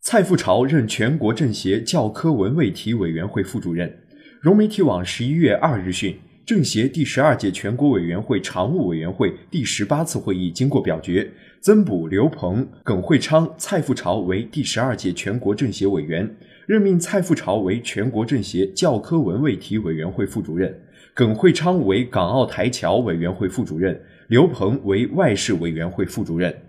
蔡复朝任全国政协教科文卫体委员会副主任。融媒体网11月2日讯，政协第12届全国委员会常务委员会第18次会议经过表决，增补刘鹏、耿会昌、蔡复朝为第12届全国政协委员，任命蔡复朝为全国政协教科文卫体委员会副主任，耿会昌为港澳台侨委员会副主任，刘鹏为外事委员会副主任。